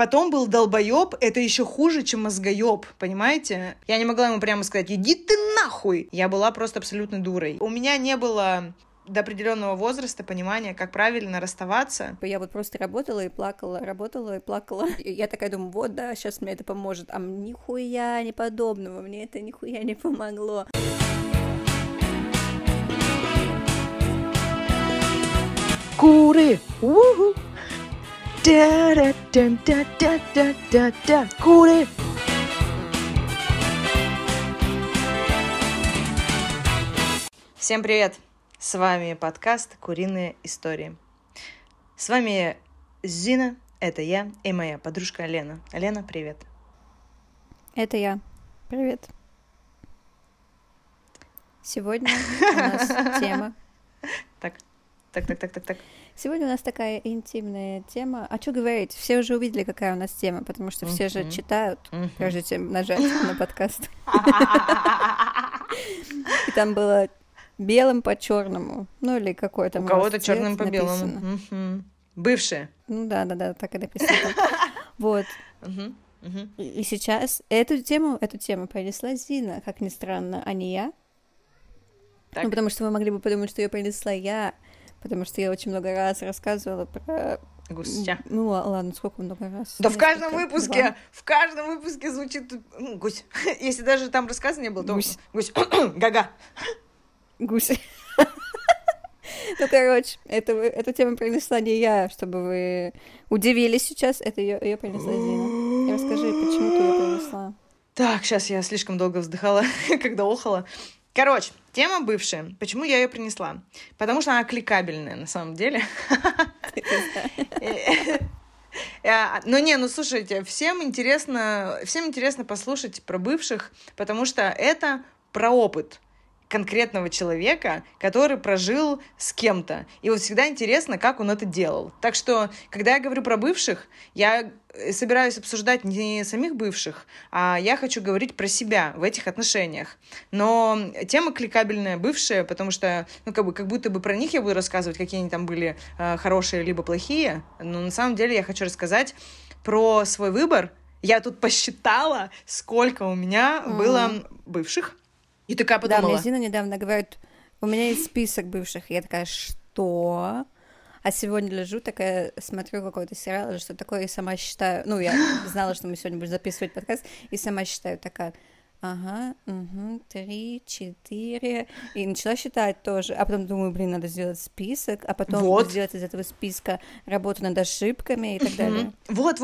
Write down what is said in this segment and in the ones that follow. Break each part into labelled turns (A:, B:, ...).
A: потом был долбоеб, это еще хуже, чем мозгоеб, понимаете? Я не могла ему прямо сказать: иди ты нахуй! Я была просто абсолютно дурой. У меня не было до определенного возраста понимания, как правильно расставаться.
B: Я вот просто работала и плакала. И я такая думаю, вот, да, сейчас мне это поможет. А нихуя не подобного, мне это нихуя не помогло.
A: Куры! Уху! Да-да-да-да-да-да-да! Куры! Всем привет! С вами подкаст «Куриные истории». С вами Зина, это я и моя подружка Лена. Лена, привет.
B: Это я. Привет. Сегодня у нас тема.
A: Так.
B: Сегодня у нас такая интимная тема. А что говорить? Все уже увидели, какая у нас тема, потому что все же читают, прежде чем нажать на подкаст. И там было белым по черному. Ну или какой-то.
A: У кого-то черным по белому. Бывшие.
B: Ну да, так и написано. Вот. И сейчас эту тему принесла Зина, как ни странно, а не я.
A: Так.
B: Ну, потому что вы могли бы подумать, что ее принесла я, потому что я очень много раз рассказывала про...
A: Гуся.
B: Ну, ладно, сколько много раз?
A: Да в каждом выпуске звучит гусь. Если даже там рассказа не было, то гусь. Гага.
B: Гусь. Ну, короче, эту тему принесла не я, чтобы вы удивились сейчас. Это ее принесла Зина. Расскажи, почему ты ее принесла?
A: Так, сейчас я слишком долго вздыхала, когда охала. Короче, тема бывшая. Почему я ее принесла? Потому что она кликабельная, на самом деле. Ну, слушайте, всем интересно послушать про бывших, потому что это про опыт конкретного человека, который прожил с кем-то. И вот всегда интересно, как он это делал. Так что, когда я говорю про бывших, я собираюсь обсуждать не самих бывших, а я хочу говорить про себя в этих отношениях. Но тема кликабельная бывшая, потому что, как будто бы про них я буду рассказывать, какие они там были хорошие либо плохие. Но на самом деле я хочу рассказать про свой выбор. Я тут посчитала, сколько у меня было бывших. И такая подумала.
B: Да, мне Зина недавно говорит, у меня есть список бывших. И я такая, что? А сегодня лежу, такая, смотрю какой-то сериал или что такое, и сама считаю... Ну, я знала, что мы сегодня будем записывать подкаст, и сама считаю такая... 3, 4... И начала считать тоже. А потом думаю, надо сделать список, а потом сделать из этого списка работу над ошибками и так далее.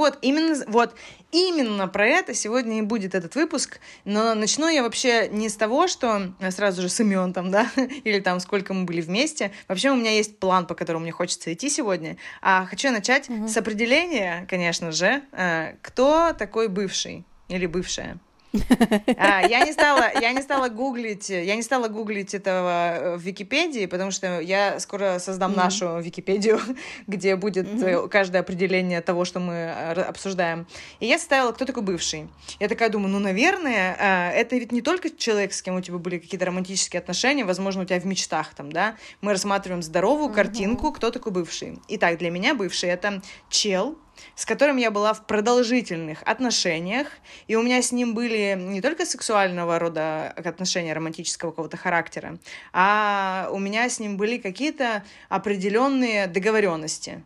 A: Именно про это сегодня и будет этот выпуск. Но начну я вообще не с того, что сразу же с имен там, да, или там сколько мы были вместе. Вообще у меня есть план, по которому мне хочется идти сегодня. А хочу начать с определения, конечно же, кто такой бывший или бывшая. Я не стала гуглить этого в Википедии, потому что я скоро создам нашу Википедию, где будет каждое определение того, что мы обсуждаем. И я составила, кто такой бывший. Я такая думаю, наверное, это ведь не только человек, с кем у тебя были какие-то романтические отношения, возможно, у тебя в мечтах там, да? Мы рассматриваем здоровую картинку, кто такой бывший. Итак, для меня бывший — это чел, с которым я была в продолжительных отношениях, и у меня с ним были не только сексуального рода отношения романтического какого-то характера, а у меня с ним были какие-то определенные договоренности.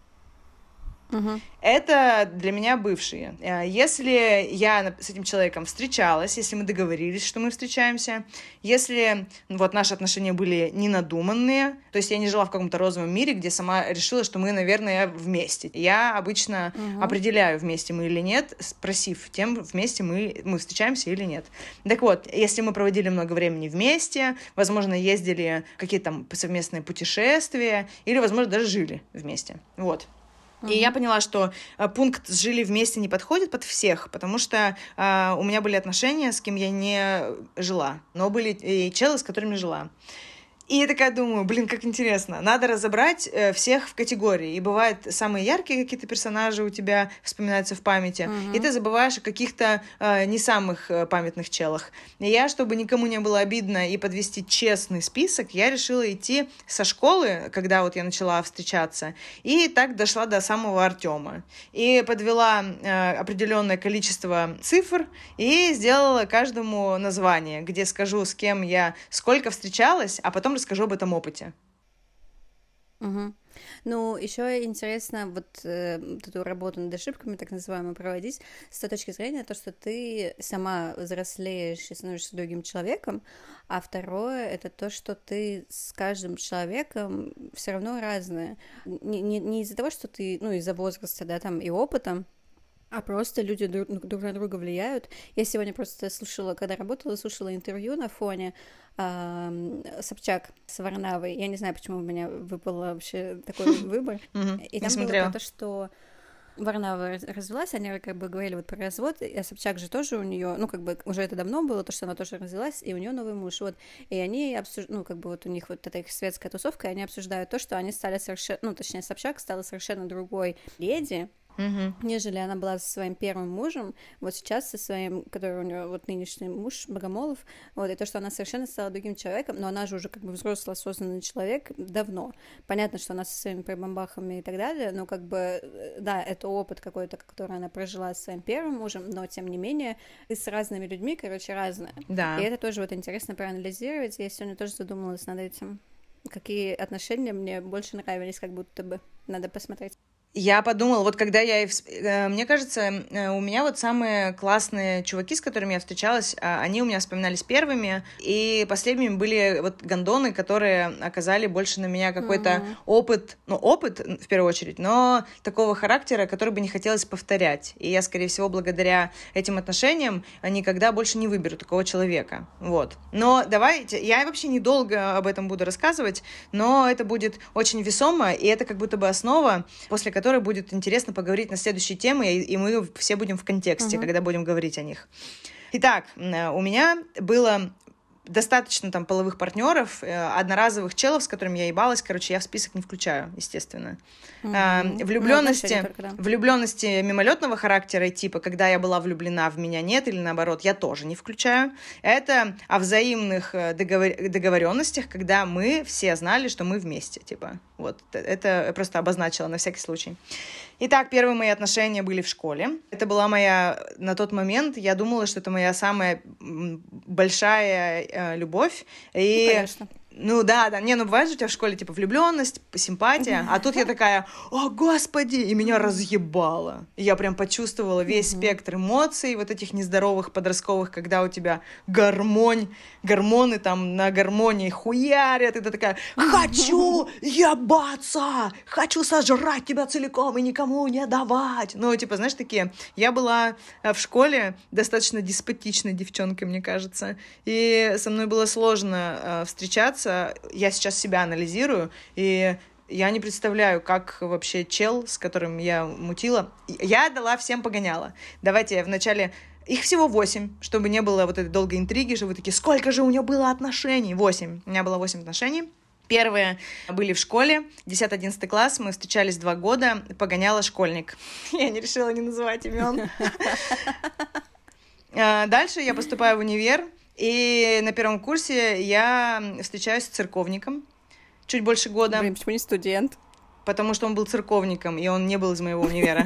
A: Это для меня бывшие. Если я с этим человеком встречалась, если мы договорились, что мы встречаемся, если наши отношения были не-надуманные, то есть я не жила в каком-то розовом мире, где сама решила, что мы, наверное, вместе. Я обычно определяю, вместе мы или нет, спросив тем, вместе мы встречаемся или нет. Так вот, если мы проводили много времени вместе, возможно, ездили в какие-то там совместные путешествия, или, возможно, даже жили вместе. Вот. И я поняла, что пункт «жили вместе» не подходит под всех, потому что у меня были отношения, с кем я не жила, но были и челы, с которыми жила. И я такая думаю, блин, как интересно. Надо разобрать всех в категории. И бывают самые яркие какие-то персонажи у тебя вспоминаются в памяти, и ты забываешь о каких-то не самых памятных челах. И я, чтобы никому не было обидно и подвести честный список, я решила идти со школы, когда вот я начала встречаться, и так дошла до самого Артема. И подвела определенное количество цифр и сделала каждому название, где скажу, с кем я сколько встречалась, а потом расскажу об этом опыте.
B: Угу. Ну, еще интересно вот эту работу над ошибками, так называемую, проводить с той точки зрения, то, что ты сама взрослеешь и становишься другим человеком, а второе — это то, что ты с каждым человеком все равно разная. Не из-за того, что ты, ну, из-за возраста, да, там, и опыта, а просто люди друг на друга влияют. Я сегодня просто слушала, когда работала, слушала интервью на фоне Собчак с Варнавой. Я не знаю, почему у меня выпал вообще такой выбор. И там было про то, что Варнава развелась, они как бы говорили вот про развод, а Собчак же тоже у нее, ну, как бы уже это давно было, то, что она тоже развелась, и у нее новый муж, вот, и они ну, как бы вот у них вот эта их светская тусовка, и они обсуждают то, что они стали совершенно, ну, точнее, Собчак стала совершенно другой леди, нежели она была со своим первым мужем, вот сейчас со своим, который у нее вот нынешний муж Богомолов, вот, и то, что она совершенно стала другим человеком, но она же уже как бы взрослый, осознанный человек давно. Понятно, что она со своими прибамбахами и так далее, но как бы, да, это опыт какой-то, который она прожила со своим первым мужем, но тем не менее ты с разными людьми, короче, разная.
A: Да.
B: И это тоже вот интересно проанализировать, я сегодня тоже задумалась над этим. Какие отношения мне больше нравились, как будто бы. Надо посмотреть.
A: Я подумала, вот когда мне кажется, у меня вот самые классные чуваки, с которыми я встречалась, они у меня вспоминались первыми, и последними были вот гондоны, которые оказали больше на меня какой-то опыт, ну, опыт в первую очередь, но такого характера, который бы не хотелось повторять. И я, скорее всего, благодаря этим отношениям никогда больше не выберу такого человека. Вот. Но давайте, я вообще недолго об этом буду рассказывать, но это будет очень весомо, и это как будто бы основа, после которой будет интересно поговорить на следующие темы, и мы все будем в контексте, когда будем говорить о них. Итак, у меня было достаточно там половых партнеров, одноразовых челов, с которыми я ебалась, короче, я в список не включаю, естественно. Влюбленности мимолетного характера, типа, когда я была влюблена, в меня нет, или наоборот, я тоже не включаю. Это о взаимных договоренностях, когда мы все знали, что мы вместе, типа. Вот, это я просто обозначила на всякий случай. Итак, первые мои отношения были в школе. Это была моя, на тот момент, я думала, что это моя самая большая любовь. И... Конечно. Ну да, ну бывает же у тебя в школе типа влюбленность, симпатия, а тут я такая, о господи, и меня разъебало. И я прям почувствовала весь спектр эмоций, вот этих нездоровых подростковых, когда у тебя гормоны там на гармонии хуярят, и ты такая, хочу ебаться, хочу сожрать тебя целиком и никому не давать. Ну, типа, знаешь, такие, я была в школе достаточно деспотичной девчонкой, мне кажется, и со мной было сложно встречаться. Я сейчас себя анализирую, и я не представляю, как вообще чел, с которым я мутила. Я дала всем погоняла. Давайте я вначале... Их всего 8, чтобы не было вот этой долгой интриги, что вы такие, сколько же у нее было отношений? 8. У меня было 8 отношений. Первые были в школе, 10-11 класс, мы встречались 2 года, погоняла школьник. Я не решила не называть имен. Дальше я поступаю в универ, и на первом курсе я встречаюсь с церковником чуть больше года.
B: Блин, почему не студент?
A: Потому что он был церковником, и он не был из моего универа.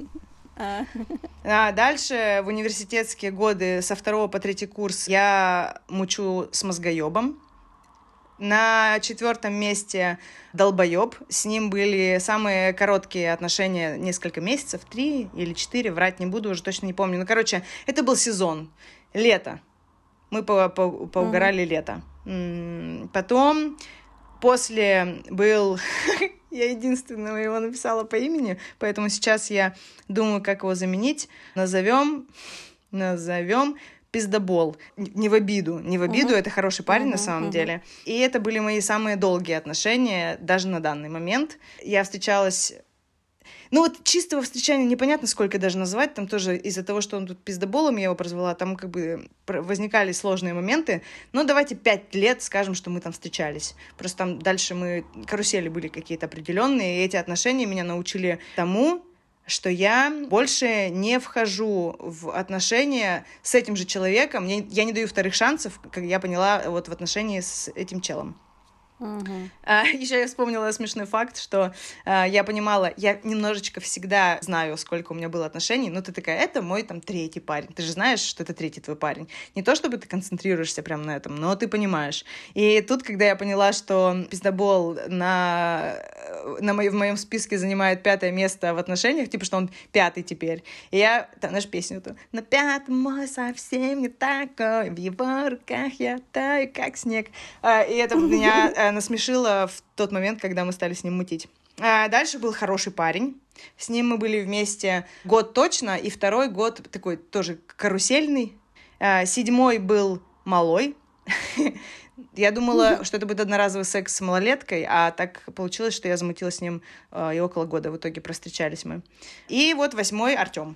A: А дальше в университетские годы со 2 по 3 курс я мучу с мозгоебом. На 4 месте долбоеб. С ним были самые короткие отношения, несколько месяцев, 3 или 4, врать не буду, уже точно не помню. Ну, короче, это был сезон, лето. Мы поугорали лето. Потом, после был... Я единственного его написала по имени, поэтому сейчас я думаю, как его заменить. Назовем пиздобол. Не в обиду, это хороший парень на самом деле. И это были мои самые долгие отношения, даже на данный момент. Я встречалась... Ну вот чистого встречания непонятно, сколько даже назвать, там тоже из-за того, что он тут пиздоболом, я его прозвала, там как бы возникали сложные моменты, но давайте 5 лет скажем, что мы там встречались. Просто там дальше мы, карусели были какие-то определенные, и эти отношения меня научили тому, что я больше не вхожу в отношения с этим же человеком, я не даю вторых шансов, как я поняла, вот в отношении с этим челом. Еще я вспомнила смешной факт, что я понимала, я немножечко всегда знаю, сколько у меня было отношений, но ты такая, это мой там 3-й парень. Ты же знаешь, что это 3-й твой парень. Не то, чтобы ты концентрируешься прямо на этом, но ты понимаешь. И тут, когда я поняла, что пиздобол в моем списке занимает 5-е место в отношениях, типа, что он 5-й теперь. И я, там, знаешь, песню эту. На 5-м мой совсем не такой, в его руках я таю, как снег. И это меня насмешило в тот момент, когда мы стали с ним мутить. Дальше был хороший парень. С ним мы были вместе год точно, и 2-й год такой тоже карусельный. 7-й был малой. Я думала, что это будет одноразовый секс с малолеткой, а так получилось, что я замутила с ним и около года. В итоге простречались мы. И вот 8-й Артём.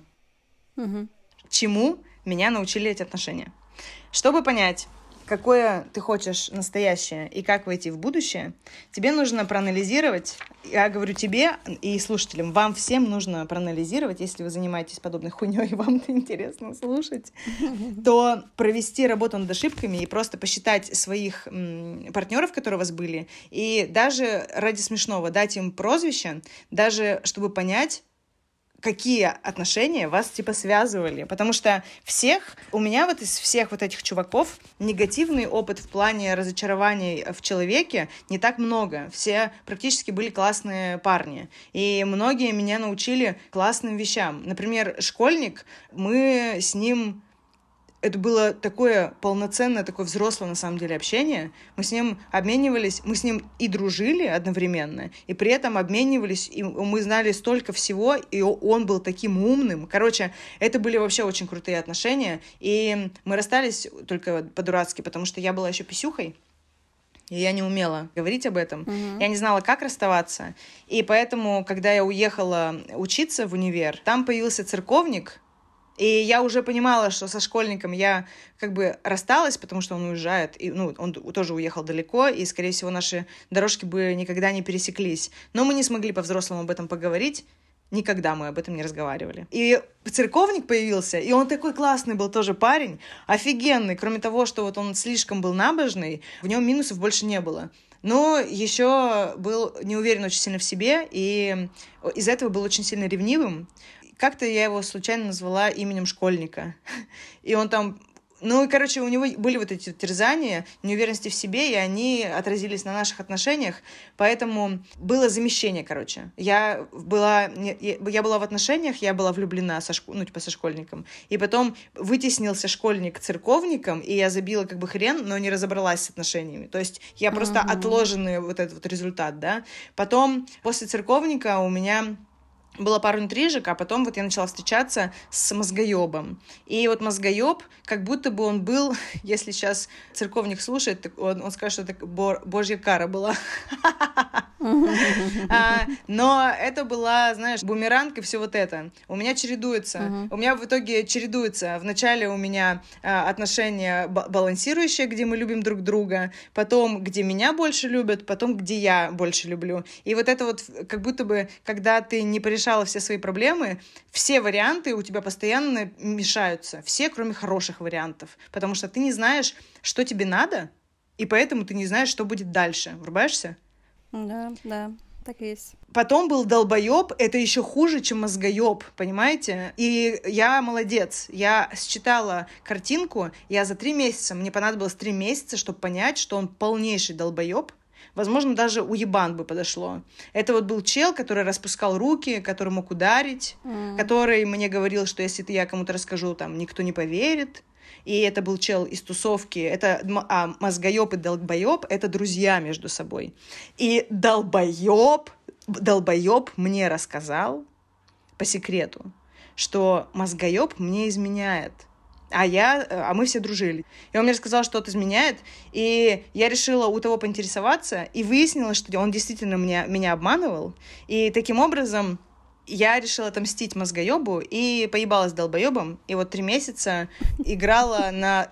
A: Чему меня научили эти отношения? Чтобы понять, какое ты хочешь настоящее и как войти в будущее, тебе нужно проанализировать, я говорю тебе и слушателям, вам всем нужно проанализировать, если вы занимаетесь подобной хуйней и вам это интересно слушать, то провести работу над ошибками и просто посчитать своих партнеров, которые у вас были, и даже ради смешного дать им прозвище, даже чтобы понять, какие отношения вас, типа, связывали. Потому что у меня вот из всех вот этих чуваков негативный опыт в плане разочарований в человеке не так много. Все практически были классные парни. И многие меня научили классным вещам. Например, школьник, мы с ним... Это было такое полноценное, такое взрослое, на самом деле, общение. Мы с ним обменивались, мы с ним и дружили одновременно, и при этом обменивались, и мы знали столько всего, и он был таким умным. Короче, это были вообще очень крутые отношения, и мы расстались только по-дурацки, потому что я была еще писюхой, и я не умела говорить об этом. Я не знала, как расставаться. И поэтому, когда я уехала учиться в универ, там появился церковник. И я уже понимала, что со школьником я как бы рассталась, потому что он уезжает, и, он тоже уехал далеко, и, скорее всего, наши дорожки бы никогда не пересеклись. Но мы не смогли по-взрослому об этом поговорить, никогда мы об этом не разговаривали. И церковник появился, и он такой классный был тоже парень, офигенный, кроме того, что вот он слишком был набожный, в нем минусов больше не было. Но еще был не уверен очень сильно в себе, и из-за этого был очень сильно ревнивым. Как-то я его случайно назвала именем школьника. И он там... Ну, и, короче, у него были вот эти терзания, неуверенности в себе, и они отразились на наших отношениях, поэтому было замещение, короче. Я была в отношениях, я была влюблена со школьником, и потом вытеснился школьник церковником, и я забила как бы хрен, но не разобралась с отношениями. То есть я просто отложенный вот этот вот результат, да. Потом, после церковника у меня... было пару интрижек, а потом вот я начала встречаться с мозгоебом. И вот мозгоеб, как будто бы он был, если сейчас церковник слушает, он скажет, что это божья кара была. Но это была, знаешь, бумеранг и все вот это. У меня чередуется. У меня в итоге чередуется. Вначале у меня отношения балансирующие, где мы любим друг друга, потом, где меня больше любят, потом, где я больше люблю. И вот это вот, как будто бы, когда ты не порешала все свои проблемы, все варианты у тебя постоянно мешаются. Все, кроме хороших вариантов. Потому что ты не знаешь, что тебе надо, и поэтому ты не знаешь, что будет дальше. Врубаешься?
B: Да, так и есть.
A: Потом был долбоеб, это еще хуже, чем мозгоеб, понимаете? И я молодец, я считала картинку, я за 3 месяца, мне понадобилось 3 месяца, чтобы понять, что он полнейший долбоеб. Возможно, даже уебан бы подошло. Это вот был чел, который распускал руки, который мог ударить, который мне говорил, что если я кому-то расскажу, там, никто не поверит. И это был чел из тусовки. Мозгоеб и долбоеб — это друзья между собой. И долбоеб мне рассказал по секрету, что мозгоеб мне изменяет. А мы все дружили. И он мне рассказал, что он изменяет, и я решила у того поинтересоваться, и выяснилось, что он действительно меня обманывал. И таким образом я решила отомстить мозгоебу и поебалась долбоебом. И вот 3 месяца играла на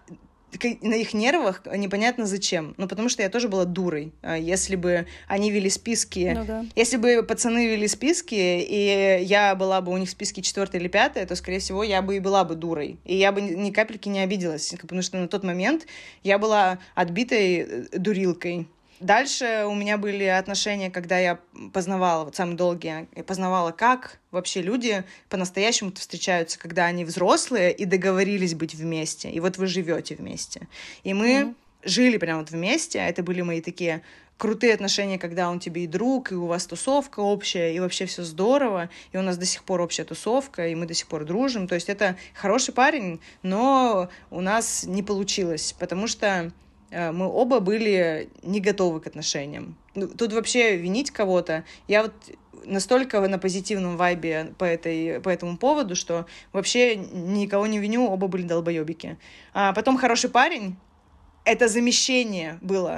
A: их нервах непонятно зачем. Ну, потому что я тоже была дурой. Если бы они вели списки...
B: Ну, да.
A: Если бы пацаны вели списки, и я была бы у них в списке 4-я или 5-я, то, скорее всего, я бы и была бы дурой. И я бы ни капельки не обиделась. Потому что на тот момент я была отбитой дурилкой. Дальше у меня были отношения, когда я познавала, вот самые долгие, я познавала, как вообще люди по-настоящему встречаются, когда они взрослые и договорились быть вместе. И вот вы живете вместе. И мы жили прям вот вместе. Это были мои такие крутые отношения, когда он тебе и друг, и у вас тусовка общая, и вообще все здорово. И у нас до сих пор общая тусовка, и мы до сих пор дружим. То есть это хороший парень, но у нас не получилось, потому что мы оба были не готовы к отношениям. Тут вообще винить кого-то. Я вот настолько на позитивном вайбе по этому поводу, что вообще никого не виню, оба были долбоебики. А потом хороший парень. Это замещение было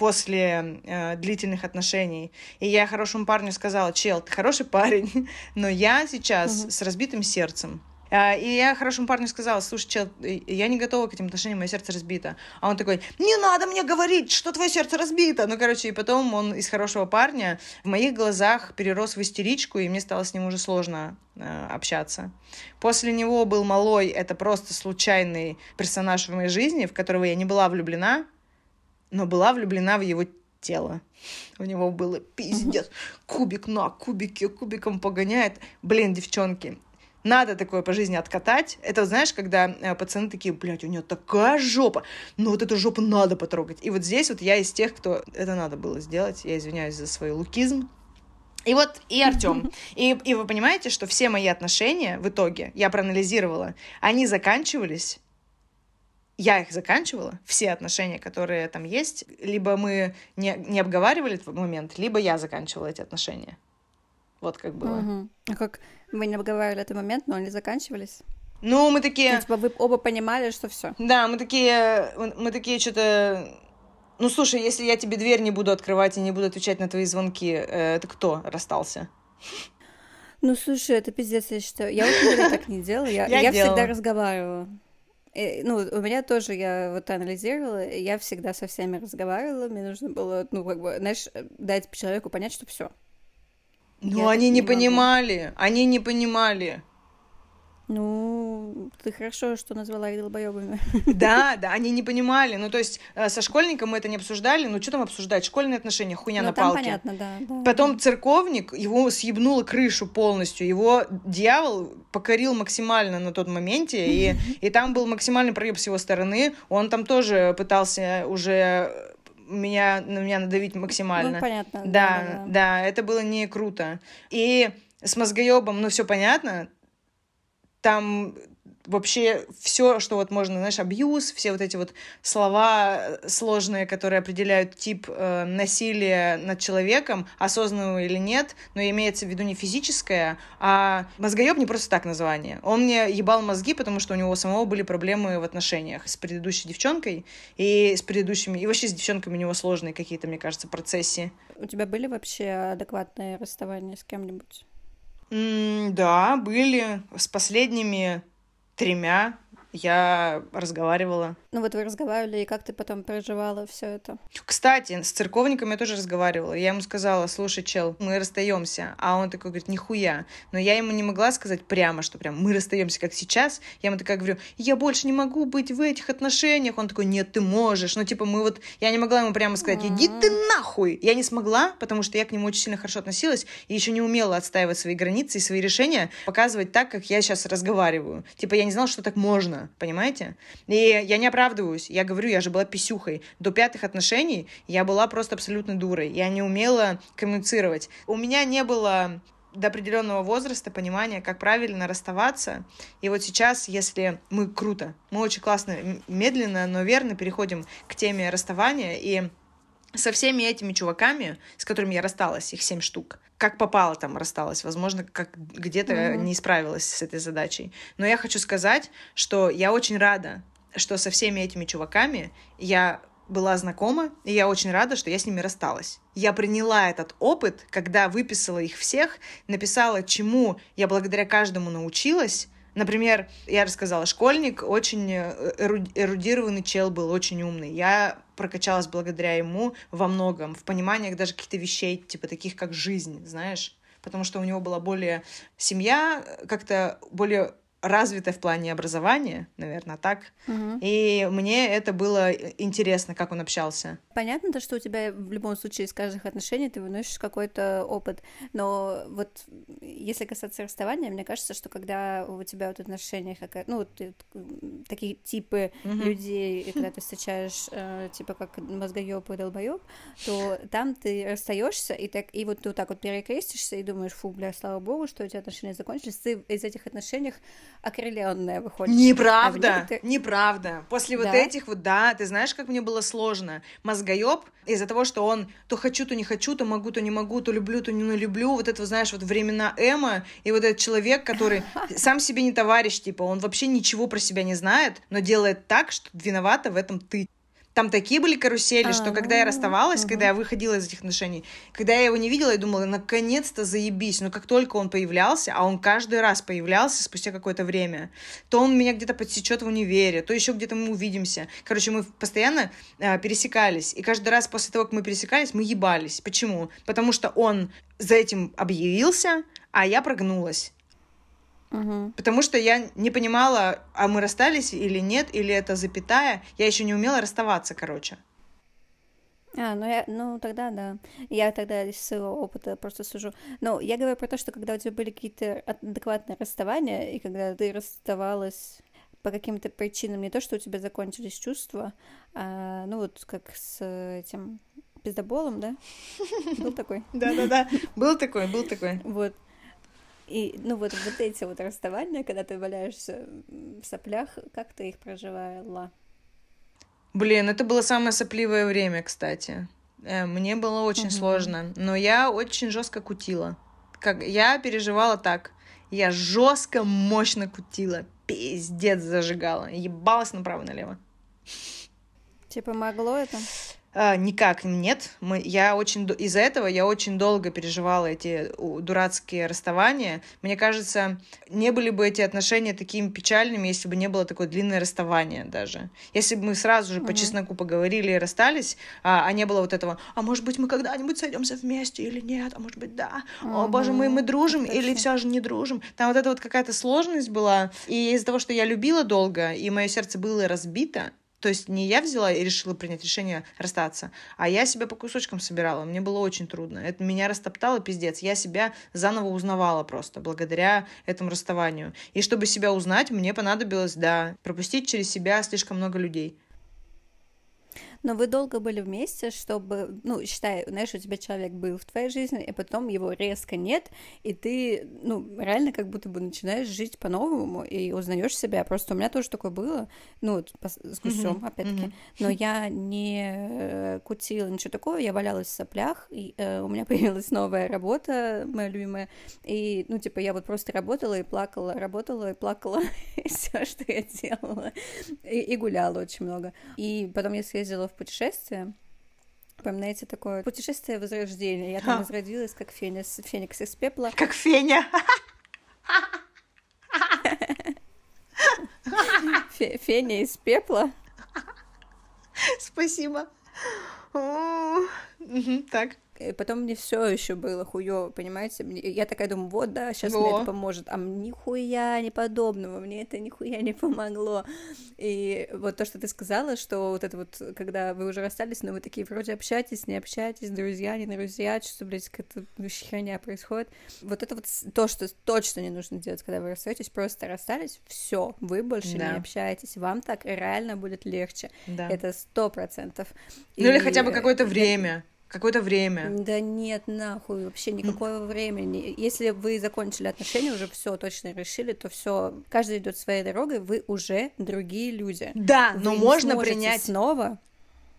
A: после длительных отношений. И я хорошему парню сказала: чел, ты хороший парень, но я сейчас с разбитым сердцем. И я хорошему парню сказала: слушай, чел, я не готова к этим отношениям, мое сердце разбито. А он такой: не надо мне говорить, что твое сердце разбито. Ну, короче, и потом он из хорошего парня в моих глазах перерос в истеричку, и мне стало с ним уже сложно общаться. После него был Малой, это просто случайный персонаж в моей жизни, в которого я не была влюблена, но была влюблена в его тело. У него было пиздец. Кубик на кубике, кубиком погоняет. Блин, девчонки, надо такое по жизни откатать. Это, знаешь, когда пацаны такие: блядь, у нее такая жопа, но вот эту жопу надо потрогать. И вот здесь вот я из тех, кто это надо было сделать. Я извиняюсь за свой лукизм. И вот и Артём. И вы понимаете, что все мои отношения в итоге, я проанализировала, они заканчивались. Я их заканчивала, все отношения, которые там есть. Либо мы не обговаривали этот момент, либо я заканчивала эти отношения. Вот как было.
B: А как вы не обговаривали этот момент, но они заканчивались?
A: Ну, мы такие...
B: Ну, типа вы оба понимали, что все.
A: Да, мы такие что-то... Ну, слушай, если я тебе дверь не буду открывать и не буду отвечать на твои звонки, это кто расстался?
B: Ну, слушай, это пиздец, я считаю. Я вот никогда так не делала. Я всегда разговаривала. Ну, у меня тоже, я вот анализировала, я всегда со всеми разговаривала. Мне нужно было, ну, как бы, знаешь, дать человеку понять, что все.
A: Ну, они не понимали. Они не понимали.
B: Ну, ты хорошо, что назвала их долбоёбами.
A: Да, они не понимали. Ну, то есть, со школьником мы это не обсуждали. Ну, что там обсуждать? Школьные отношения, хуйня на палке.
B: Понятно, да.
A: Потом церковник, его съебнуло крышу полностью. Его дьявол покорил максимально на тот моменте. И там был максимальный проеб с его стороны. Он там тоже пытался уже... на меня надавить максимально.
B: Ну, понятно.
A: Да, это было не круто. И с мозгоебом, ну, все понятно. Там вообще все, что вот можно, знаешь, абьюз, все вот эти вот слова сложные, которые определяют тип насилия над человеком, осознанного или нет, но имеется в виду не физическое, а мозгоеб не просто так название. Он мне ебал мозги, потому что у него самого были проблемы в отношениях с предыдущей девчонкой и с предыдущими, и вообще с девчонками у него сложные какие-то, мне кажется, процессы.
B: У тебя были вообще адекватные расставания с кем-нибудь?
A: Да, были. С последними 3 я разговаривала.
B: Ну вот вы разговаривали, и как ты потом переживала все это?
A: Кстати, с церковником я тоже разговаривала. Я ему сказала: слушай, чел, мы расстаемся. А он такой говорит: нихуя. Но я ему не могла сказать прямо, что прям мы расстаемся, как сейчас. Я ему такая говорю: я больше не могу быть в этих отношениях. Он такой: нет, ты можешь. Ну, типа, мы вот... Я не могла ему прямо сказать: иди ты нахуй. Я не смогла, потому что я к нему очень сильно хорошо относилась и еще не умела отстаивать свои границы и свои решения, показывать так, как я сейчас разговариваю. Типа, я не знала, что так можно, понимаете? И я не оправдываюсь. Я говорю, я же была писюхой. До 5-х отношений я была просто абсолютно дурой. Я не умела коммуницировать. У меня не было до определенного возраста понимания, как правильно расставаться. И вот сейчас, если мы круто, мы очень классно, медленно, но верно переходим к теме расставания, и со всеми этими чуваками, с которыми я рассталась, их 7 штук, как попало там рассталась, возможно, как где-то не справилась с этой задачей. Но я хочу сказать, что я очень рада, что со всеми этими чуваками я была знакома, и я очень рада, что я с ними рассталась. Я приняла этот опыт, когда выписала их всех, написала, чему я благодаря каждому научилась. Например, я рассказала, школьник очень эрудированный чел был, очень умный. Я прокачалась благодаря ему во многом, в понимании даже каких-то вещей, типа таких, как жизнь, знаешь. Потому что у него была более... Семья как-то более развитая в плане образования, наверное, так. И мне это было интересно, как он общался.
B: Понятно то, что у тебя в любом случае из каждых отношений ты выносишь какой-то опыт, но вот если касаться расставания, мне кажется, что когда у тебя вот в отношениях такие типы людей, и когда ты встречаешь типа как мозгоёб и долбоёб, то там ты расстаешься и вот ты вот так вот перекрестишься и думаешь, фу, бля, слава богу, что у тебя отношения закончились, ты из этих отношений окрылённая выходишь.
A: Неправда, неправда. После вот этих вот, да, ты знаешь, как мне было сложно. Мозгоёб из-за того, что он то хочу, то не хочу, то могу, то не могу, то люблю, то не люблю. Вот это, знаешь, вот времена эмо, и вот этот человек, который сам себе не товарищ, типа, он вообще ничего про себя не знает, но делает так, что виновата в этом ты. Там такие были карусели, что когда я расставалась, когда я выходила из этих отношений, когда я его не видела, я думала, наконец-то заебись. Но как только он появлялся, а он каждый раз появлялся спустя какое-то время, то он меня где-то подсечет в универе, то еще где-то мы увидимся. Короче, мы постоянно пересекались. И каждый раз после того, как мы пересекались, мы ебались. Почему? Потому что он за этим объявился, а я прогнулась. Потому что я не понимала, а мы расстались или нет, или это запятая. Я еще не умела расставаться, короче.
B: Тогда да. Я тогда из своего опыта просто сужу. Но я говорю про то, что когда у тебя были какие-то адекватные расставания, и когда ты расставалась по каким-то причинам, не то, что у тебя закончились чувства, вот как с этим пиздоболом, да? Был такой?
A: Да-да-да, был такой.
B: Вот. И, вот эти вот расставания, когда ты валяешься в соплях, как ты их проживала?
A: Блин, это было самое сопливое время, кстати. Мне было очень сложно, но я очень жестко кутила. Я переживала так. Я жестко, мощно кутила. Пиздец зажигала. Ебалась направо-налево.
B: Тебе помогло это?
A: Никак нет. Из-за этого я очень долго переживала эти дурацкие расставания. Мне кажется, не были бы эти отношения такими печальными, если бы не было такое длинное расставание даже. Если бы мы сразу же по чесноку поговорили и расстались, а не было вот этого, а может быть, мы когда-нибудь сойдемся вместе или нет, а может быть, да. О, боже, мы дружим или все же не дружим. Там вот эта вот какая-то сложность была. И из-за того, что я любила долго, и мое сердце было разбито, то есть не я взяла и решила принять решение расстаться, а я себя по кусочкам собирала. Мне было очень трудно. Это меня растоптало, пиздец. Я себя заново узнавала просто благодаря этому расставанию. И чтобы себя узнать, мне понадобилось, пропустить через себя слишком много людей.
B: Но вы долго были вместе, чтобы, считай, знаешь, у тебя человек был в твоей жизни, и потом его резко нет, и ты, реально как будто бы начинаешь жить по-новому и узнаешь себя. Просто у меня тоже такое было, с гусем, опять-таки, но я не кутила ничего такого, я валялась в соплях, и у меня появилась новая работа, моя любимая, и, я вот просто работала и плакала, и все, что я делала, и гуляла очень много. И потом я съездила в путешествие. Помните такое путешествие возрождения? Я там возродилась, как феникс из пепла.
A: Как Феня.
B: Феня из пепла.
A: Спасибо. Так.
B: И потом мне все еще было хуёво, понимаете? Я такая думаю, вот, да, сейчас мне это поможет. А нихуя не подобного, мне это нихуя не помогло. И вот то, что ты сказала, что вот это вот, когда вы уже расстались, но вы такие вроде общаетесь, не общаетесь, друзья, не друзья, что, блядь, какая-то херня происходит. Вот это вот то, что точно не нужно делать, когда вы расстаетесь, просто расстались, все, вы больше не общаетесь, вам так реально будет легче. Да. Это 100%.
A: Или хотя бы какое-то время. Какое-то время.
B: Да нет, нахуй, вообще никакого времени. Если вы закончили отношения, уже все точно решили, то все, каждый идет своей дорогой, вы уже другие люди.
A: Да,
B: вы
A: но
B: не
A: можно принять
B: снова.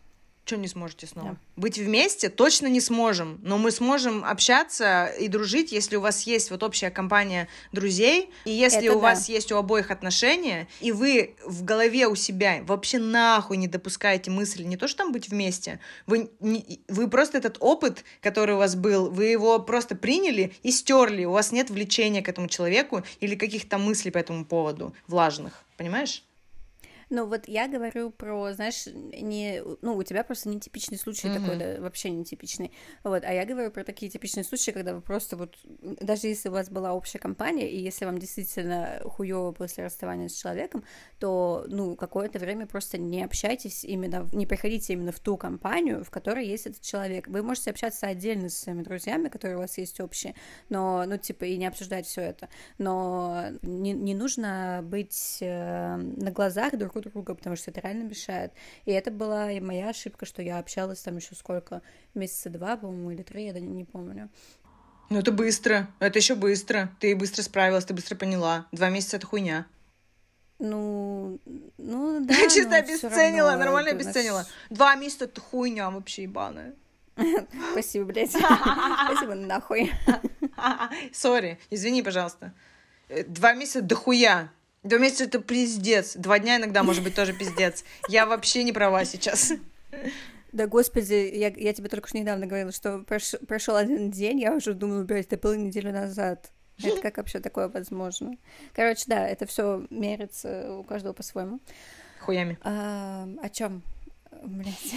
A: Что не сможете снова?
B: Да.
A: Быть вместе точно не сможем, но мы сможем общаться и дружить, если у вас есть вот общая компания друзей, и если
B: Это
A: у
B: да.
A: вас есть у обоих отношения, и вы в голове у себя вообще нахуй не допускаете мысли не то, что там быть вместе, вы просто этот опыт, который у вас был, вы его просто приняли и стерли, у вас нет влечения к этому человеку или каких-то мыслей по этому поводу влажных, понимаешь?
B: Ну, вот я говорю про, знаешь, у тебя просто нетипичный случай такой, да, вообще нетипичный, вот, а я говорю про такие типичные случаи, когда вы просто вот, даже если у вас была общая компания, и если вам действительно хуёво после расставания с человеком, то, какое-то время просто не общайтесь именно, не приходите именно в ту компанию, в которой есть этот человек. Вы можете общаться отдельно со своими друзьями, которые у вас есть общие, но, и не обсуждать все это, но не нужно быть на глазах друг у друга, потому что это реально мешает. И это была и моя ошибка, что я общалась там еще сколько, месяца 2, по-моему, или 3, я не помню.
A: Ну, это быстро, это еще быстро. Ты быстро справилась, ты быстро поняла. 2 месяца — это хуйня.
B: Да.
A: Чисто обесценила, нормально обесценила. 2 месяца — это хуйня вообще ебаная.
B: Спасибо, блядь. Спасибо, нахуй.
A: Сори, извини, пожалуйста. 2 месяца — дохуя. 2 месяца — это пиздец. 2 дня иногда может быть тоже пиздец. Я вообще не права сейчас.
B: Да, господи, я тебе только что недавно говорила, что прошел 1 день, я уже думала, блядь, это было неделю назад. Это как вообще такое возможно? Короче, да, это все мерится у каждого по-своему.
A: Хуями.
B: О чем? Блядь.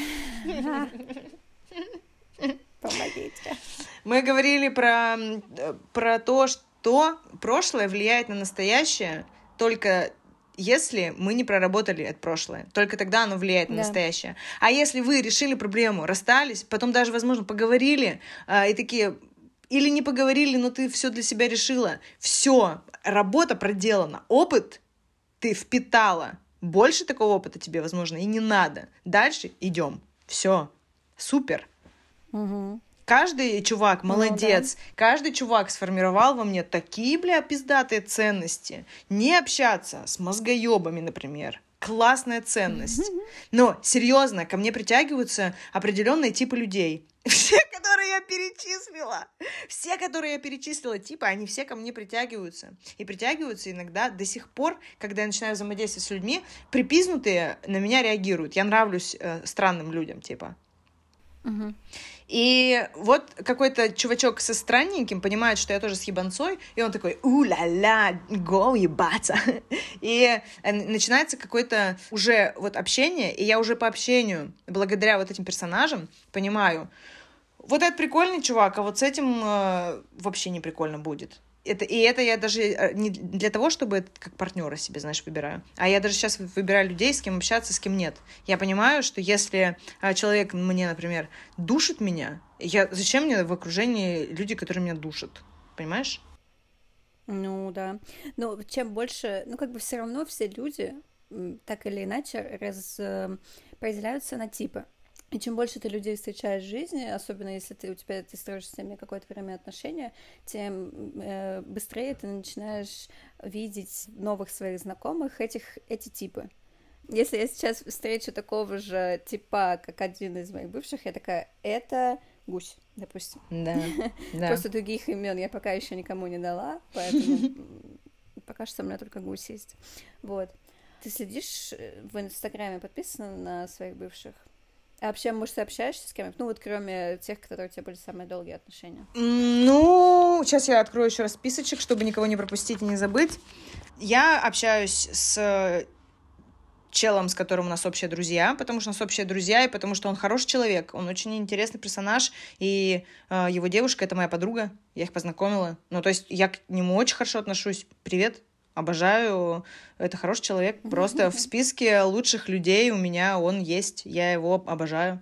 B: Помогите.
A: Мы говорили про то, что прошлое влияет на настоящее только если мы не проработали это прошлое. Только тогда оно влияет на настоящее. А если вы решили проблему, расстались, потом даже, возможно, поговорили, и такие... Или не поговорили, но ты все для себя решила. Все, работа проделана, опыт ты впитала. Больше такого опыта тебе, возможно, и не надо. Дальше идем. Все, супер.
B: Угу.
A: Каждый чувак молодец. Да. Каждый чувак сформировал во мне такие, пиздатые ценности. Не общаться с мозгоебами, например. Классная ценность. Но, серьезно, ко мне притягиваются определенные типы людей. Все, которые я перечислила, типа, они все ко мне притягиваются. И притягиваются иногда до сих пор, когда я начинаю взаимодействовать с людьми, припизнутые на меня реагируют. Я нравлюсь странным людям, типа.
B: Угу.
A: И вот какой-то чувачок со странненьким понимает, что я тоже с ебанцой, и он такой, у-ля-ля, го ебаться. И начинается какое-то уже вот общение, и я уже по общению, благодаря вот этим персонажам, понимаю, вот этот прикольный чувак, а вот с этим вообще не прикольно будет. Это я даже не для того, чтобы как партнера себе, знаешь, выбираю. А я даже сейчас выбираю людей, с кем общаться, с кем нет. Я понимаю, что если человек мне, например, душит меня, зачем мне в окружении люди, которые меня душат? Понимаешь?
B: Ну, да. Но чем больше... все равно все люди, так или иначе, разделяются на типы. И чем больше ты людей встречаешь в жизни, особенно если ты строишь с ними какое-то время отношения, тем быстрее ты начинаешь видеть новых своих знакомых эти типы. Если я сейчас встречу такого же типа, как один из моих бывших, я такая, это гусь, допустим.
A: Да.
B: Просто других имен я пока еще никому не дала, поэтому пока что у меня только гусь есть. Вот. Ты следишь в Инстаграме, подписана на своих бывших? А вообще, может, ты общаешься с кем-то? Кроме тех, которые у тебя были самые долгие отношения.
A: Сейчас я открою еще раз списочек, чтобы никого не пропустить и не забыть. Я общаюсь с челом, с которым у нас общие друзья, потому что у нас общие друзья, и потому что он хороший человек, он очень интересный персонаж, и его девушка — это моя подруга, я их познакомила. То есть я к нему очень хорошо отношусь. Привет. Обожаю, это хороший человек. Просто в списке лучших людей у меня он есть. Я его обожаю.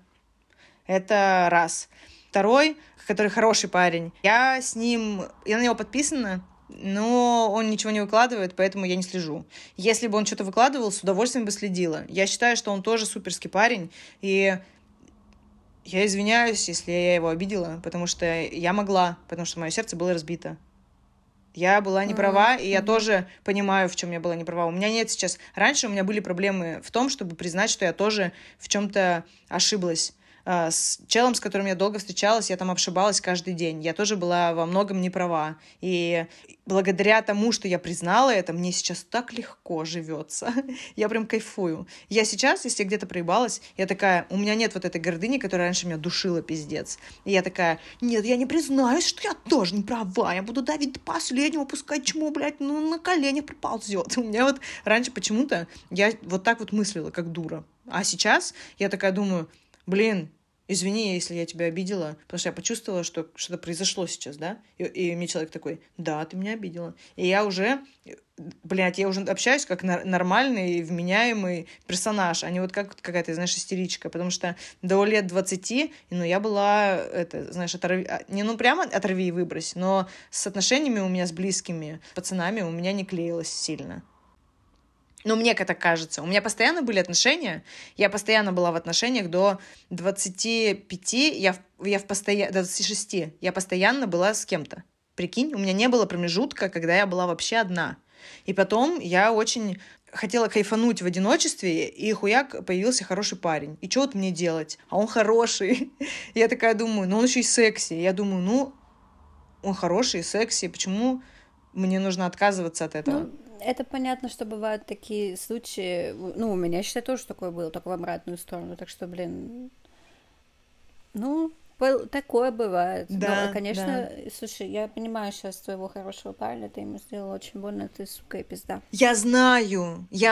A: Это раз. Второй, который хороший парень. Я на него подписана, но он ничего не выкладывает, поэтому я не слежу. Если бы он что-то выкладывал, с удовольствием бы следила. Я считаю, что он тоже суперский парень, и я извиняюсь, если я его обидела, потому что я могла, потому что мое сердце было разбито. Я была не права, и я тоже понимаю, в чем я была не права. У меня нет сейчас... Раньше у меня были проблемы в том, чтобы признать, что я тоже в чем-то ошиблась. С челом, с которым я долго встречалась, я там ошибалась каждый день. Я тоже была во многом не права. И благодаря тому, что я признала это, мне сейчас так легко живется. Я прям кайфую. Я сейчас, если я где-то проебалась, я такая, у меня нет вот этой гордыни, которая раньше меня душила, пиздец. И я такая, нет, я не признаюсь, что я тоже не права. Я буду давить до последнего, пускай чему, блядь, ну на коленях проползет. У меня вот раньше почему-то я вот так вот мыслила, как дура. А сейчас я такая думаю, блин, извини, если я тебя обидела, потому что я почувствовала, что что-то произошло сейчас, да? И мне человек такой, да, ты меня обидела. И я уже, блядь, я уже общаюсь как нормальный, вменяемый персонаж, а не вот как какая-то, знаешь, истеричка, потому что до лет 20, ну, я была, это, знаешь, не ну прямо оторви и выбрось, но с отношениями у меня с близкими пацанами у меня не клеилось сильно. Ну, мне это кажется. У меня постоянно были отношения. Я постоянно была в отношениях до 25, до 26. Я постоянно была с кем-то. Прикинь, у меня не было промежутка, когда я была вообще одна. И потом я очень хотела кайфануть в одиночестве, и хуяк появился хороший парень. И что вот мне делать? А он хороший. Я такая думаю, ну он еще и секси. Я думаю, ну, он хороший, секси. Почему мне нужно отказываться от этого?
B: Ну, это понятно, что бывают такие случаи. Ну, у меня, считай, тоже такое было, только в обратную сторону. Так что, блин, ну, такое бывает.
A: Да,
B: но, конечно,
A: да.
B: слушай, я понимаю сейчас твоего хорошего парня, ты ему сделала очень больно, ты, сука, и пизда.
A: Я знаю, я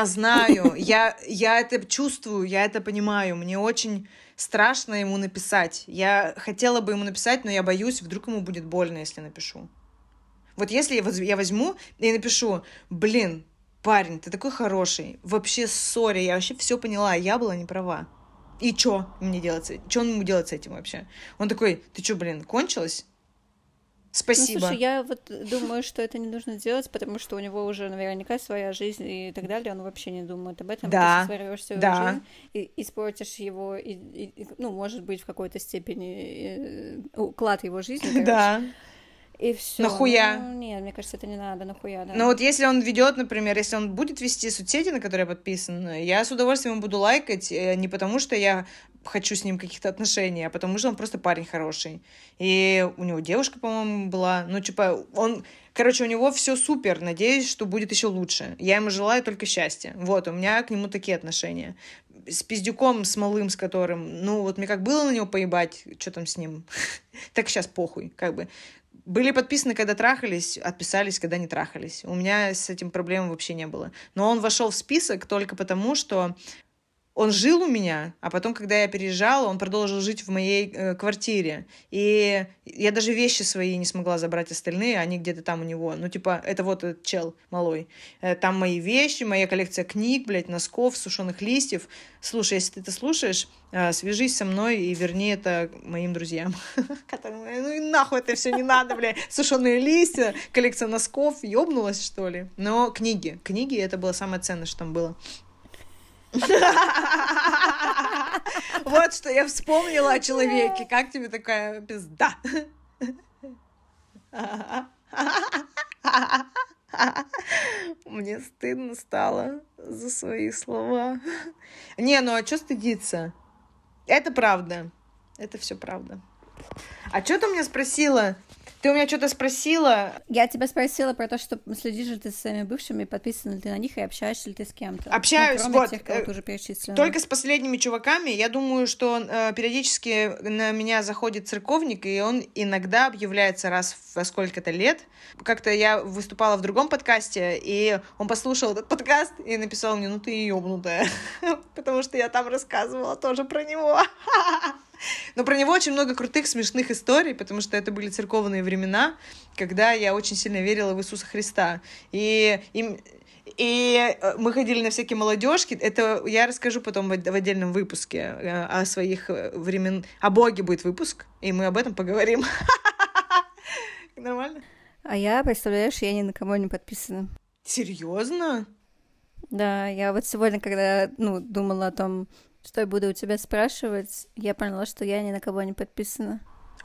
A: это чувствую, я это понимаю. Мне очень страшно ему написать. Я хотела бы ему написать, но я боюсь, вдруг ему будет больно, если напишу. Вот если я возьму и напишу, блин, парень, ты такой хороший, вообще сори, я вообще все поняла, я была не права. И что мне делать? Что он ему делать с этим вообще? Он такой, ты что, блин, кончилась? Спасибо.
B: Ну, слушай, я вот думаю, что это не нужно делать, потому что у него уже наверняка своя жизнь и так далее, он вообще не думает об этом.
A: Да,
B: ты сворвёшь свою жизнь и испортишь его, ну, может быть, в какой-то степени уклад его жизни, короче.
A: Да.
B: И все.
A: Нахуя?
B: Ну, нет, мне кажется, это не надо, нахуя, да.
A: Но вот если он ведет, например, если он будет вести соцсети, на которые я подписана, я с удовольствием буду лайкать, не потому что я хочу с ним каких-то отношений, а потому что он просто парень хороший. И у него девушка, по-моему, была. Ну, типа, короче, у него все супер. Надеюсь, что будет еще лучше. Я ему желаю только счастья. Вот, у меня к нему такие отношения. С пиздюком, с малым, с которым, ну, вот мне как было на него поебать, что там с ним, так сейчас похуй, как бы. Были подписаны, когда трахались, отписались, когда не трахались. У меня с этим проблем вообще не было. Но он вошел в список только потому, что он жил у меня, а потом, когда я переезжала, он продолжил жить в моей квартире. И я даже вещи свои не смогла забрать остальные, они где-то там у него. Ну, типа, это вот этот чел малой. Там мои вещи, моя коллекция книг, блядь, носков, сушеных листьев. Слушай, если ты это слушаешь, свяжись со мной и верни это моим друзьям. Ну и нахуй это все не надо, блядь. Сушеные листья, коллекция носков. Ёбнулась, что ли? Но книги. Книги — это было самое ценное, что там было. Вот что я вспомнила о человеке. Как тебе такая пизда? Мне стыдно стало за свои слова. Не, ну а что стыдиться? Это правда. Это все правда. А что ты у меня спросила? Ты у меня что-то спросила?
B: Я тебя спросила про то, что следишь ли ты за своими бывшими, подписан ли ты на них и общаешься ли ты с кем-то.
A: Общаюсь,
B: кроме
A: вот.
B: тех, кого ты уже перечислила.
A: Только с последними чуваками. Я думаю, что периодически на меня заходит церковник, и он иногда объявляется раз во сколько-то лет. Как-то я выступала в другом подкасте, и он послушал этот подкаст и написал мне, ну ты ёбнутая. Потому что я там рассказывала тоже про него. Но про него очень много крутых, смешных историй, потому что это были церковные времена, когда я очень сильно верила в Иисуса Христа. И мы ходили на всякие молодежки. Это я расскажу потом в отдельном выпуске о своих времен. О Боге будет выпуск, и мы об этом поговорим. Нормально?
B: А я, представляешь, я ни на кого не подписана.
A: Серьезно?
B: Да, я вот сегодня, когда, думала о том, что я буду у тебя спрашивать, я поняла, что я ни на кого не подписана.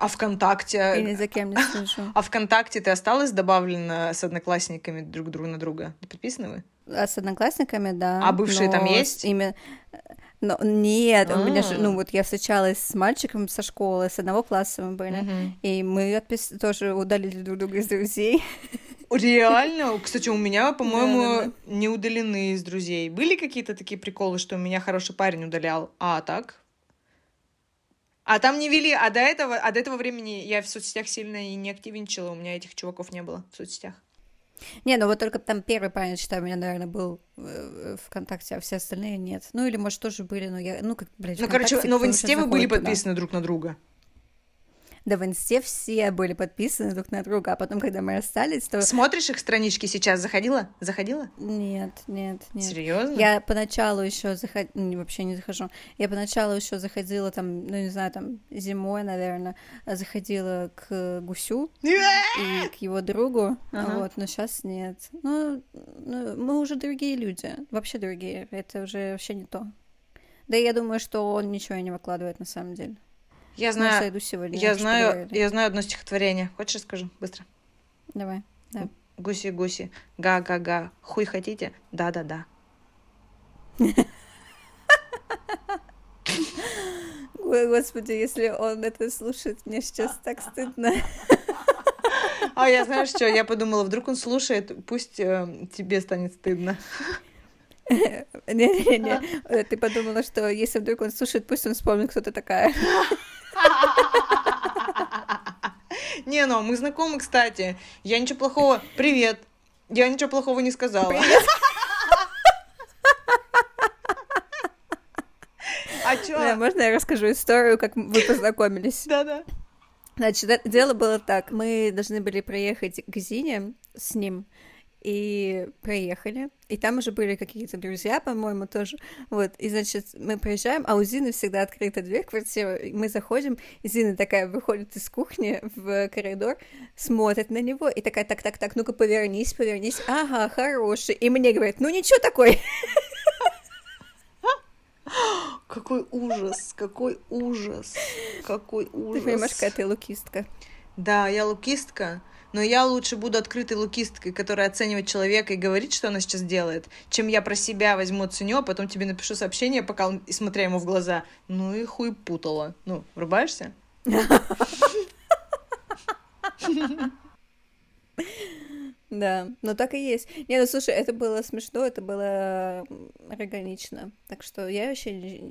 A: А ВКонтакте...
B: И ни за кем не слежу.
A: А ВКонтакте ты осталась добавлена с одноклассниками друг на друга? Подписаны вы?
B: А с одноклассниками, да.
A: А бывшие там есть?
B: Но нет, у меня же, вот я встречалась с мальчиком со школы, с одного класса мы были, и мы тоже удалили друг друга из друзей.
A: Реально? Кстати, у меня, по-моему, не удалены из друзей. Были какие-то такие приколы, что меня хороший парень удалял? А так? А там не вели, а до этого времени я в соцсетях сильно и не активничала, у меня этих чуваков не было в соцсетях.
B: Не, ну вот только там первый парень, считаю, у меня, наверное, был ВКонтакте, а все остальные нет. Ну или, может, тоже были, но я,
A: но в Инсте вы были подписаны друг на друга?
B: Да, в Инсте все были подписаны друг на друга, а потом, когда мы расстались, то...
A: Смотришь их странички сейчас? Заходила?
B: Нет.
A: Серьезно?
B: Я поначалу еще вообще не захожу. Я поначалу еще заходила там, не знаю, там зимой, наверное, заходила к Гусю и к его другу, вот, но сейчас нет. Ну, мы уже другие люди, вообще другие, это уже вообще не то. Да я думаю, что он ничего и не выкладывает на самом деле.
A: Я знаю одно стихотворение. Хочешь, расскажу? Быстро.
B: Давай, да.
A: Гуси-гуси, га-га-га, хуй хотите? Да-да-да.
B: Господи, если он это слушает, мне сейчас так стыдно.
A: А я, знаешь что, я подумала, вдруг он слушает, пусть тебе станет стыдно.
B: Не, ты подумала, что если вдруг он слушает, пусть он вспомнит, кто ты такая.
A: Не, ну, мы знакомы, кстати. Я ничего плохого... Привет. Я ничего плохого не сказала.
B: Привет.
A: А чё?
B: Да, можно я расскажу историю, как вы познакомились?
A: Да.
B: Значит, дело было так. Мы должны были проехать к Зине с ним. И проехали, и там уже были какие-то друзья, по-моему, тоже, вот, и, значит, мы проезжаем, а у Зины всегда открыта дверь в квартиру, и мы заходим, и Зина такая выходит из кухни в коридор, смотрит на него, и такая, так, ну-ка, повернись, ага, хороший, и мне говорит, ну ничего такой.
A: Какой ужас.
B: Ты понимаешь, какая ты лукистка.
A: Да, я лукистка. Но я лучше буду открытой лукисткой, которая оценивает человека и говорит, что она сейчас делает, чем я про себя возьму, оценю, а потом тебе напишу сообщение, пока он, и смотря ему в глаза. Ну и хуй путала. Ну, врубаешься?
B: Да, но так и есть. Не, ну слушай, это было смешно, это было органично. Так что я вообще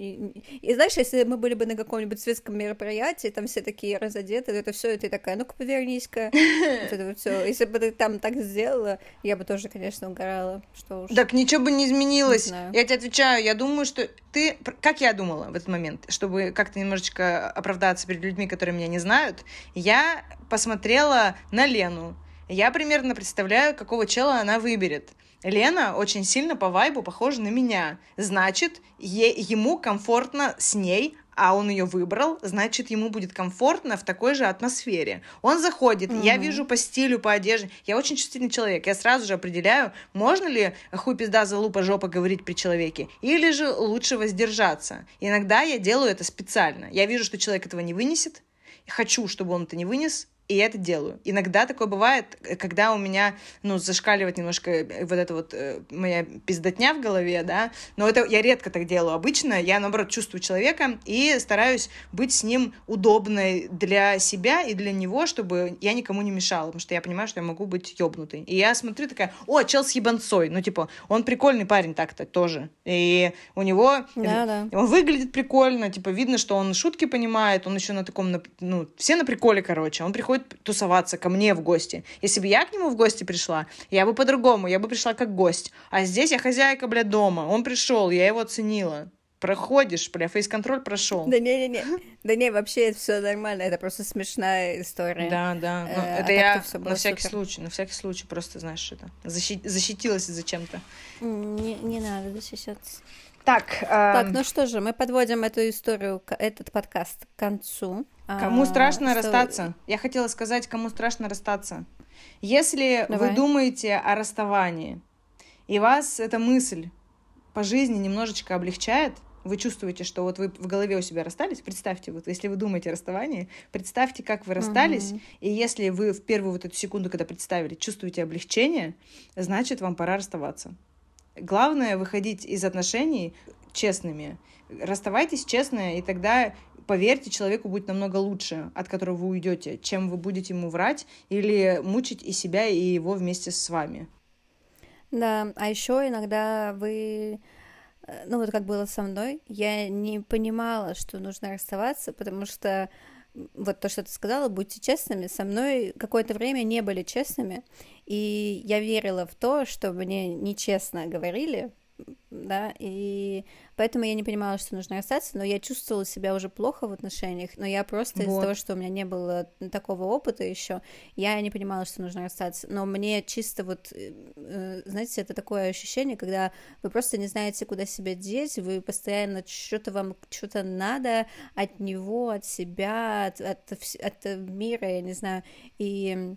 B: И знаешь, если мы были бы на каком-нибудь светском мероприятии, там все такие разодеты, это все, и ты такая, ну-ка повернись-ка. Вот это вот все. Если бы ты там так сделала, я бы тоже, конечно, угорала. Что уж.
A: Так ничего бы не изменилось. Я тебе отвечаю, я думаю, что ты... Как я думала в этот момент, чтобы как-то немножечко оправдаться перед людьми, которые меня не знают, я посмотрела на Лену. Я примерно представляю, какого чела она выберет. Лена очень сильно по вайбу похожа на меня. Значит, ему комфортно с ней, а он ее выбрал, значит, ему будет комфортно в такой же атмосфере. Он заходит, я вижу по стилю, по одежде. Я очень чувствительный человек. Я сразу же определяю, можно ли хуй, пизда, залупа, жопа говорить при человеке, или же лучше воздержаться. Иногда я делаю это специально. Я вижу, что человек этого не вынесет, хочу, чтобы он это не вынес, и я это делаю. Иногда такое бывает, когда у меня, зашкаливает немножко вот эта вот моя пиздотня в голове, да, но это я редко так делаю. Обычно я, наоборот, чувствую человека и стараюсь быть с ним удобной для себя и для него, чтобы я никому не мешала, потому что я понимаю, что я могу быть ёбнутой. И я смотрю такая, чел с ебанцой, он прикольный парень так-то тоже. И у него...
B: Да.
A: Он выглядит прикольно, видно, что он шутки понимает, он еще на таком, все на приколе, короче. Он приходит тусоваться ко мне в гости. Если бы я к нему в гости пришла, я бы по-другому, я бы пришла как гость. А здесь я хозяйка, дома. Он пришел, я его оценила. Проходишь, фейс-контроль прошел.
B: Да не, вообще это все нормально, это просто смешная история.
A: Да. Это я на всякий случай просто, знаешь, это защитилась из-за чем-то.
B: Не надо защищаться.
A: Так,
B: ну что же, мы подводим эту историю, этот подкаст к концу.
A: Кому страшно расстаться? Я хотела сказать, кому страшно расстаться. Если вы думаете о расставании, и вас эта мысль по жизни немножечко облегчает, вы чувствуете, что вот вы в голове у себя расстались, представьте, вот если вы думаете о расставании, представьте, как вы расстались, и если вы в первую вот эту секунду, когда представили, чувствуете облегчение, значит, вам пора расставаться. Главное выходить из отношений честными. Расставайтесь честно, и тогда, поверьте, человеку будет намного лучше, от которого вы уйдете, чем вы будете ему врать или мучить и себя, и его вместе с вами.
B: Да, а еще иногда вы, ну вот как было со мной, я не понимала, что нужно расставаться, потому что вот то, что ты сказала, будьте честными, со мной какое-то время не были честными, и я верила в то, что мне нечестно говорили, да, и поэтому я не понимала, что нужно расстаться, но я чувствовала себя уже плохо в отношениях, но я просто из-за того, что у меня не было такого опыта еще, я не понимала, что нужно расстаться, но мне чисто вот, знаете, это такое ощущение, когда вы просто не знаете, куда себя деть, вы постоянно вам что-то надо от него, от себя, от мира, я не знаю, и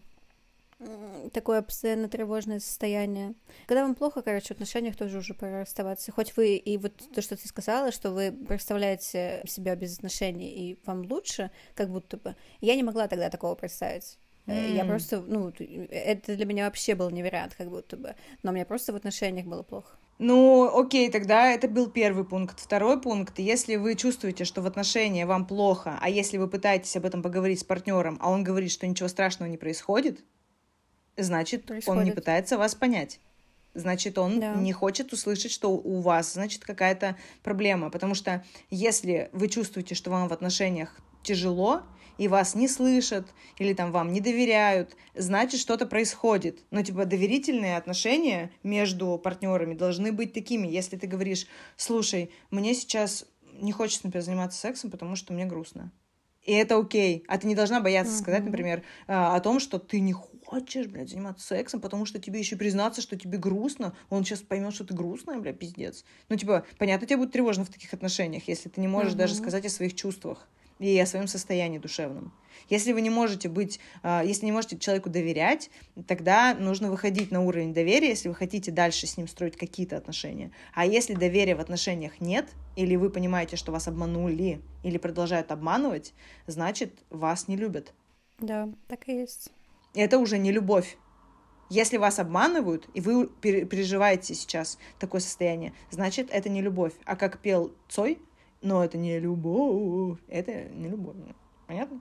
B: такое постоянно тревожное состояние. Когда вам плохо, короче, в отношениях тоже уже пора расставаться. Хоть вы, и вот то, что ты сказала, что вы представляете себя без отношений, и вам лучше, как будто бы. Я не могла тогда такого представить. Я просто, ну, это для меня вообще был невероятно, как будто бы. Но мне просто в отношениях было плохо.
A: Ну, окей, тогда это был первый пункт. Второй пункт, если вы чувствуете, что в отношениях вам плохо, а если вы пытаетесь об этом поговорить с партнером, а он говорит, что ничего страшного не происходит, значит, он не пытается вас понять. Значит, он не хочет услышать, что у вас, значит, какая-то проблема. Потому что если вы чувствуете, что вам в отношениях тяжело, и вас не слышат, или там вам не доверяют, значит, что-то происходит. Но, типа, доверительные отношения между партнерами должны быть такими. Если ты говоришь, слушай, мне сейчас не хочется, например, заниматься сексом, потому что мне грустно. И это окей. А ты не должна бояться сказать, например, о том, что ты не хочешь, блядь, заниматься сексом, потому что тебе еще признаться, что тебе грустно. Он сейчас поймет, что ты грустная, блядь, пиздец. Ну, типа, понятно, тебе будет тревожно в таких отношениях, если ты не можешь даже сказать о своих чувствах и о своем состоянии душевном. Если вы не можете быть, если не можете человеку доверять, тогда нужно выходить на уровень доверия, если вы хотите дальше с ним строить какие-то отношения. А если доверия в отношениях нет, или вы понимаете, что вас обманули, или продолжают обманывать, значит, вас не любят.
B: Да, так и есть.
A: Это уже не любовь. Если вас обманывают, и вы переживаете сейчас такое состояние, значит, это не любовь. А как пел Цой, но это не любовь, это не любовь. Понятно?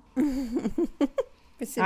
A: А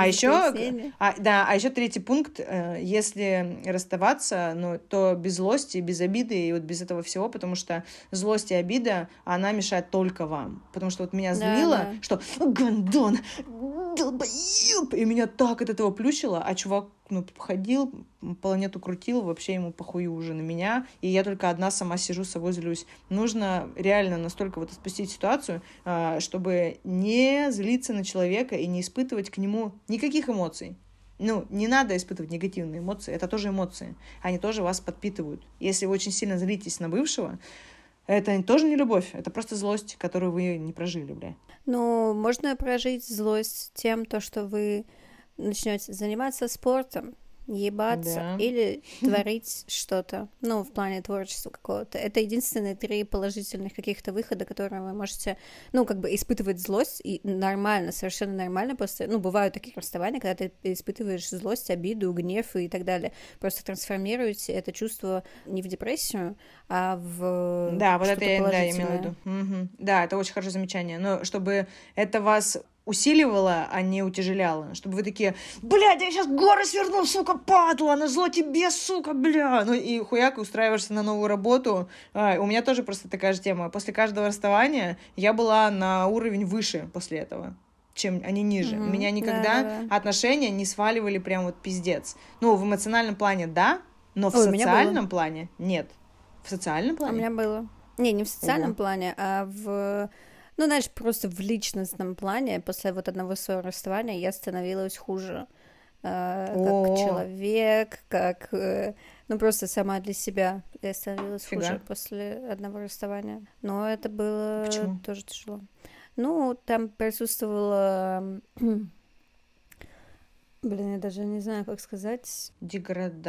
A: еще третий пункт, если расставаться, то без злости, без обиды и вот без этого всего, потому что злость и обида, она мешает только вам. Потому что вот меня злило, что гандон, долбоёб, и меня так от этого плющило, а чувак, ходил, планету крутил, вообще ему похую уже на меня, и я только одна сама сижу, с собой злюсь. Нужно реально настолько вот отпустить ситуацию, чтобы не злиться на человека и не испытывать к нему никаких эмоций. Не надо испытывать негативные эмоции, это тоже эмоции, они тоже вас подпитывают. Если вы очень сильно злитесь на бывшего, это тоже не любовь, это просто злость, которую вы не прожили, бля.
B: Можно прожить злость тем, что вы начнете заниматься спортом, ебаться или творить что-то, в плане творчества какого-то. Это единственные 3 положительных каких-то выхода, которые вы можете, испытывать злость, и нормально, совершенно нормально после, бывают такие расставания, когда ты испытываешь злость, обиду, гнев и так далее. Просто трансформируйте это чувство не в депрессию, а в что-то положительное.
A: Да, я имела в виду. Да, это очень хорошее замечание. Но чтобы это вас усиливало, а не утяжеляло. Чтобы вы такие, блядь, я сейчас горы сверну, сука, падла, назло тебе, сука, бля. И хуяк, устраиваешься на новую работу. У меня тоже просто такая же тема. После каждого расставания я была на уровень выше после этого, чем они ниже. Меня никогда отношения не сваливали прям вот пиздец. В эмоциональном плане да, но в социальном плане нет. В социальном плане?
B: У меня было. Не в социальном плане, а в... знаешь, просто в личностном плане после вот одного своего расставания я становилась хуже. Как человек, как... просто сама для себя я становилась хуже после одного расставания. Но это было тоже тяжело. Там присутствовало... я даже не знаю, как сказать.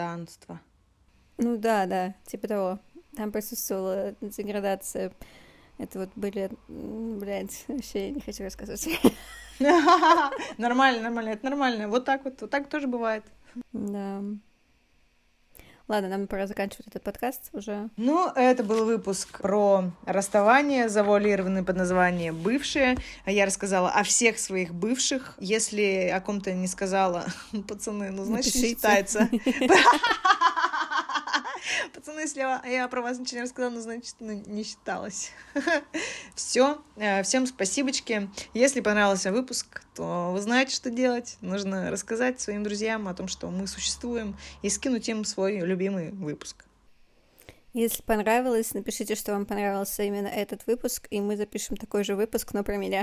A: Деграданство.
B: Да, типа того. Там присутствовала деградация Это вот были... Блядь, вообще я не хочу рассказывать.
A: Нормально, это нормально. Вот так тоже бывает.
B: Да. Ладно, нам пора заканчивать этот подкаст уже.
A: Ну, это был выпуск про расставание, завуалированный под названием «Бывшие». Я рассказала о всех своих бывших. Если о ком-то не сказала, пацаны, ну, значит, не считается. Пацаны, если я про вас ничего не рассказала, ну, значит, не считалось. Все. Всем спасибочки. Если понравился выпуск, то вы знаете, что делать. Нужно рассказать своим друзьям о том, что мы существуем, и скинуть им свой любимый выпуск.
B: Если понравилось, напишите, что вам понравился именно этот выпуск, и мы запишем такой же выпуск, но про меня.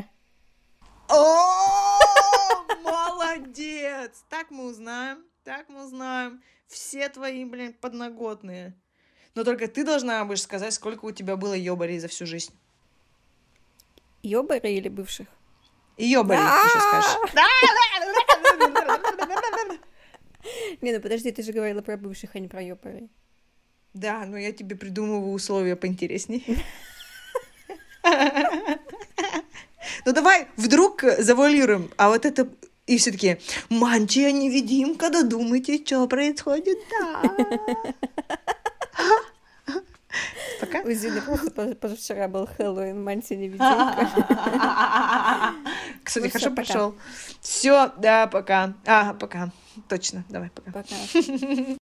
A: О, молодец! Так мы узнаем. Все твои, блин, подноготные. Но только ты должна будешь сказать, сколько у тебя было ёбарей за всю жизнь.
B: Ёбарей или бывших?
A: Ёбарей еще скажешь.
B: Не, ну подожди, ты же говорила про бывших, а не про ёбарей.
A: Да, но я тебе придумываю условия поинтересней. Ну давай вдруг завуалируем, а вот это... И все таки мантия-невидимка, да думайте, что происходит, да. Пока.
B: У Зины просто позавчера был Хэллоуин, мантия-невидимка.
A: Кстати, хорошо пошел. Все, да, пока. Пока. Точно, давай, пока.
B: Пока.